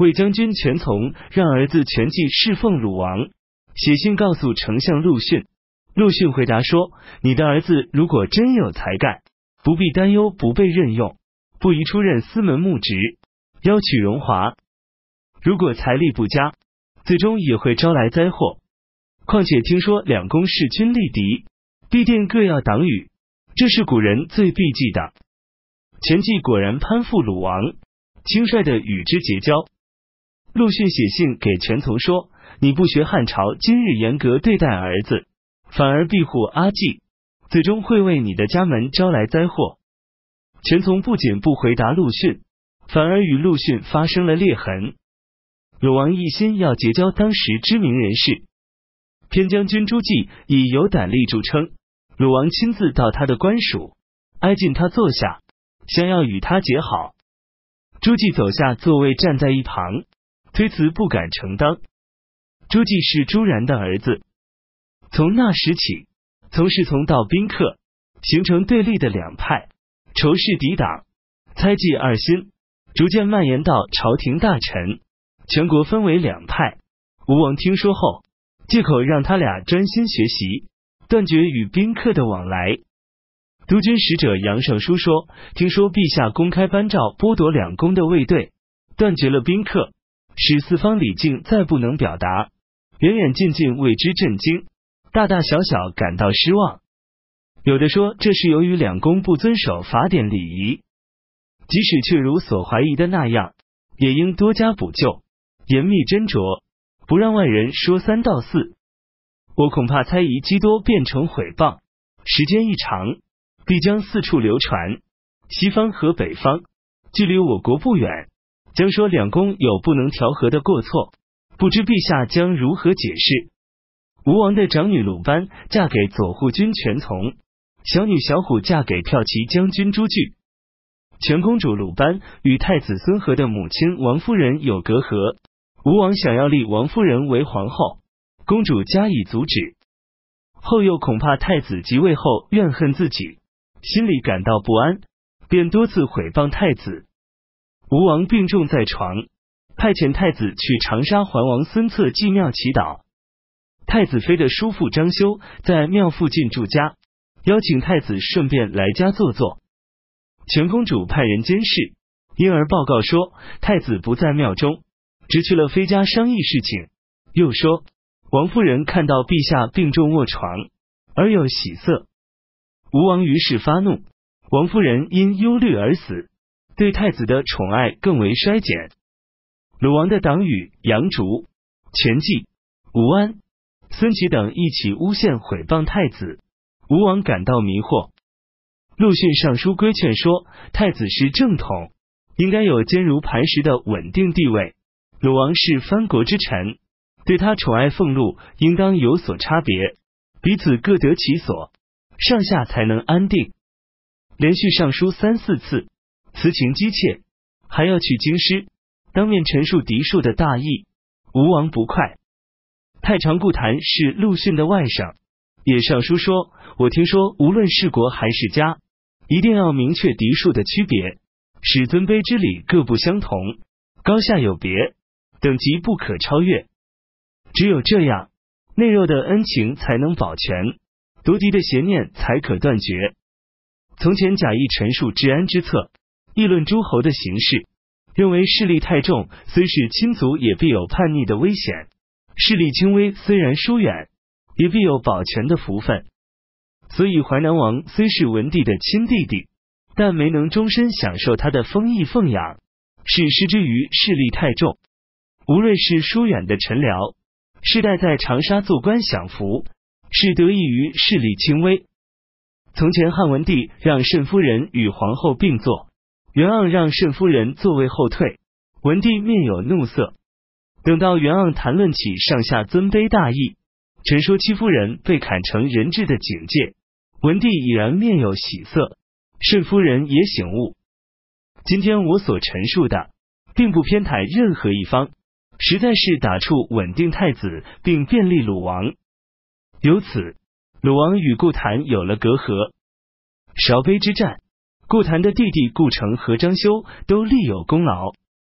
魏将军全从让儿子全计侍奉鲁王，写信告诉丞相陆逊。陆逊回答说：你的儿子如果真有才干，不必担忧不被任用，不宜出任司门牧职，邀取荣华；如果财力不佳，最终也会招来灾祸。况且听说两公势均力敌，必定各要党羽，这是古人最避忌的。全计果然攀附鲁王，轻率地与之结交。陆逊写信给全从说：你不学汉朝今日严格对待儿子，反而庇护阿济，最终会为你的家门招来灾祸。全从不仅不回答陆逊，反而与陆逊发生了裂痕。鲁王一心要结交当时知名人士，偏将军朱绩以有胆力著称，鲁王亲自到他的官署，挨近他坐下，想要与他结好。朱绩走下座位，站在一旁，推辞不敢承当。朱绩是朱然的儿子，从那时起，从侍从到宾客，形成对立的两派，仇视敌党，猜忌二心，逐渐蔓延到朝廷大臣，全国分为两派。吴王听说后，借口让他俩专心学习，断绝与宾客的往来。督军使者杨尚书说：听说陛下公开颁诏剥夺两宫的卫队，断绝了宾客，使四方礼敬再不能表达，远远近近为之震惊，大大小小感到失望。有的说这是由于两宫不遵守法典礼仪，即使确如所怀疑的那样，也应多加补救，严密斟酌，不让外人说三道四。我恐怕猜疑积多变成毁谤，时间一长，必将四处流传，西方和北方距离我国不远，将说两宫有不能调和的过错，不知陛下将如何解释。吴王的长女鲁班嫁给左护军全从，小女小虎嫁给骠骑将军朱据。全公主鲁班与太子孙和的母亲王夫人有隔阂，吴王想要立王夫人为皇后，公主加以阻止。后又恐怕太子即位后怨恨自己，心里感到不安，便多次毁谤太子。吴王病重在床，派遣太子去长沙桓王孙策祭庙祈祷。太子妃的叔父张修在庙附近住家，邀请太子顺便来家坐坐。全公主派人监视，因而报告说太子不在庙中，只去了妃家商议事情。又说王夫人看到陛下病重卧床，而有喜色。吴王于是发怒，王夫人因忧虑而死，对太子的宠爱更为衰减。鲁王的党羽杨竹、全计、吴安、孙琦等一起诬陷毁谤太子，吴王感到迷惑。陆逊上书规劝说，太子是正统，应该有坚如磐石的稳定地位，鲁王是藩国之臣，对他宠爱俸禄应当有所差别，彼此各得其所，上下才能安定。连续上书3、4次，辞情激切，还要去京师当面陈述嫡庶的大义，吴王不快。太常顾谭是陆逊的外甥，也上书说：我听说无论是国还是家，一定要明确嫡庶的区别，使尊卑之礼各不相同，高下有别，等级不可超越。只有这样，内肉的恩情才能保全，夺嫡的邪念才可断绝。从前假意陈述治安之策，议论诸侯的形势，认为势力太重，虽是亲族也必有叛逆的危险；势力轻微，虽然疏远，也必有保全的福分。所以淮南王虽是文帝的亲弟弟，但没能终身享受他的封邑奉养，是失之于势力太重。吴瑞是疏远的臣僚，世代在长沙做官享福，是得益于势力轻微。从前汉文帝让慎夫人与皇后并坐，袁盎让慎夫人座位后退，文帝面有怒色。等到袁盎谈论起上下尊卑大义，陈说戚夫人被砍成人质的警戒，文帝已然面有喜色，慎夫人也醒悟。今天我所陈述的，并不偏袒任何一方，实在是打处稳定太子，并便利鲁王。由此，鲁王与顾谭有了隔阂。韶碑之战，顾谭的弟弟顾成和张修都立有功劳。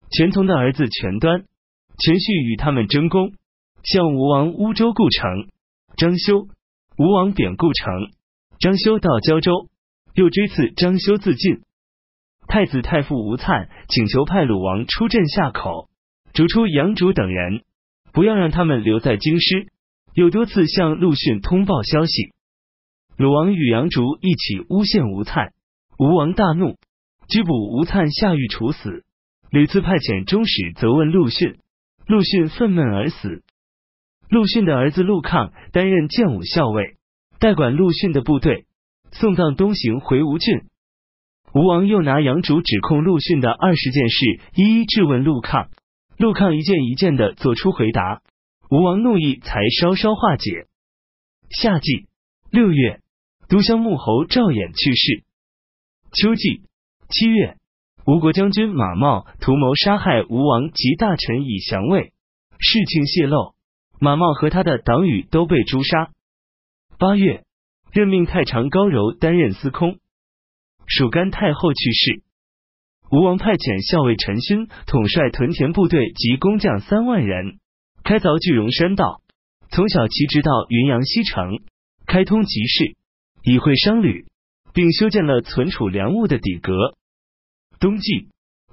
全从的儿子全端、全绪与他们争功，向吴王乌州故城。张修，吴王贬故城，张修到胶州，又追刺张修自尽。太子太傅吴粲请求派鲁王出镇下口，逐出杨竹等人，不要让他们留在京师，又多次向陆逊通报消息。鲁王与杨竹一起诬陷吴粲，吴王大怒，拘捕吴粲下狱处死，屡次派遣中使责问陆逊，陆逊愤懑而死。陆逊的儿子陆抗担任建武校尉，代管陆逊的部队，送葬东行回吴郡。吴王又拿杨竹指控陆逊的20件事一一质问陆抗，陆抗一件一件的做出回答，吴王怒意才稍稍化解。夏季6月，都乡穆侯赵衍去世。秋季7月，吴国将军马茂图谋杀害吴王及大臣以降魏，事情泄露，马茂和他的党羽都被诛杀。8月，任命太常高柔担任司空。属甘太后去世，吴王派遣校尉陈勋统帅屯田部队及工匠3万人，开凿巨荣山道，从小旗直到云阳西城，开通集市，以会商旅，并修建了存储粮物的底阁。冬季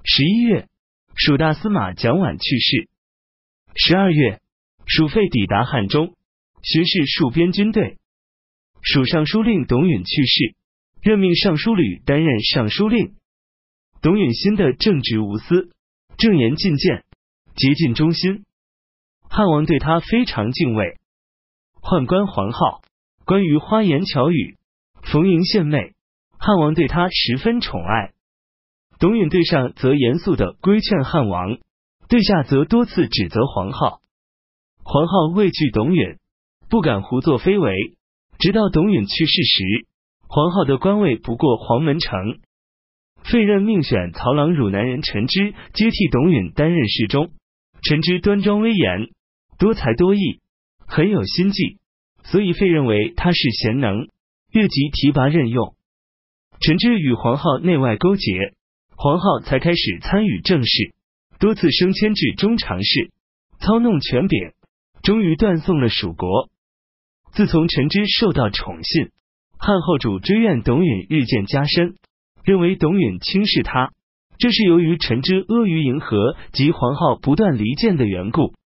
11月，蜀大司马蒋琬去世。12月，蜀费抵达汉中，巡视戍边军队。蜀尚书令董允去世，任命尚书吕担任尚书令。董允新的正直无私，正言进谏，竭尽忠心，汉王对他非常敬畏。宦官黄皓，关于花言巧语，逢迎献媚，汉王对他十分宠爱。董允对上则严肃地规劝汉王，对下则多次指责黄皓。黄皓畏惧董允，不敢胡作非为，直到董允去世时，黄皓的官位不过黄门丞。废任命选曹郎汝南人陈芝接替董允担任侍中。陈芝端庄威严，多才多艺，很有心计，所以废认为他是贤能，越级提拔任用。陈芝与黄皓内外勾结，黄皓才开始参与政事，多次升迁至中常侍，操弄权柄，终于断送了蜀国。自从陈芝受到宠信，汉后主追怨董允日渐加深，认为董允轻视他，这是由于陈芝阿谀迎合及黄皓不断离间的缘故。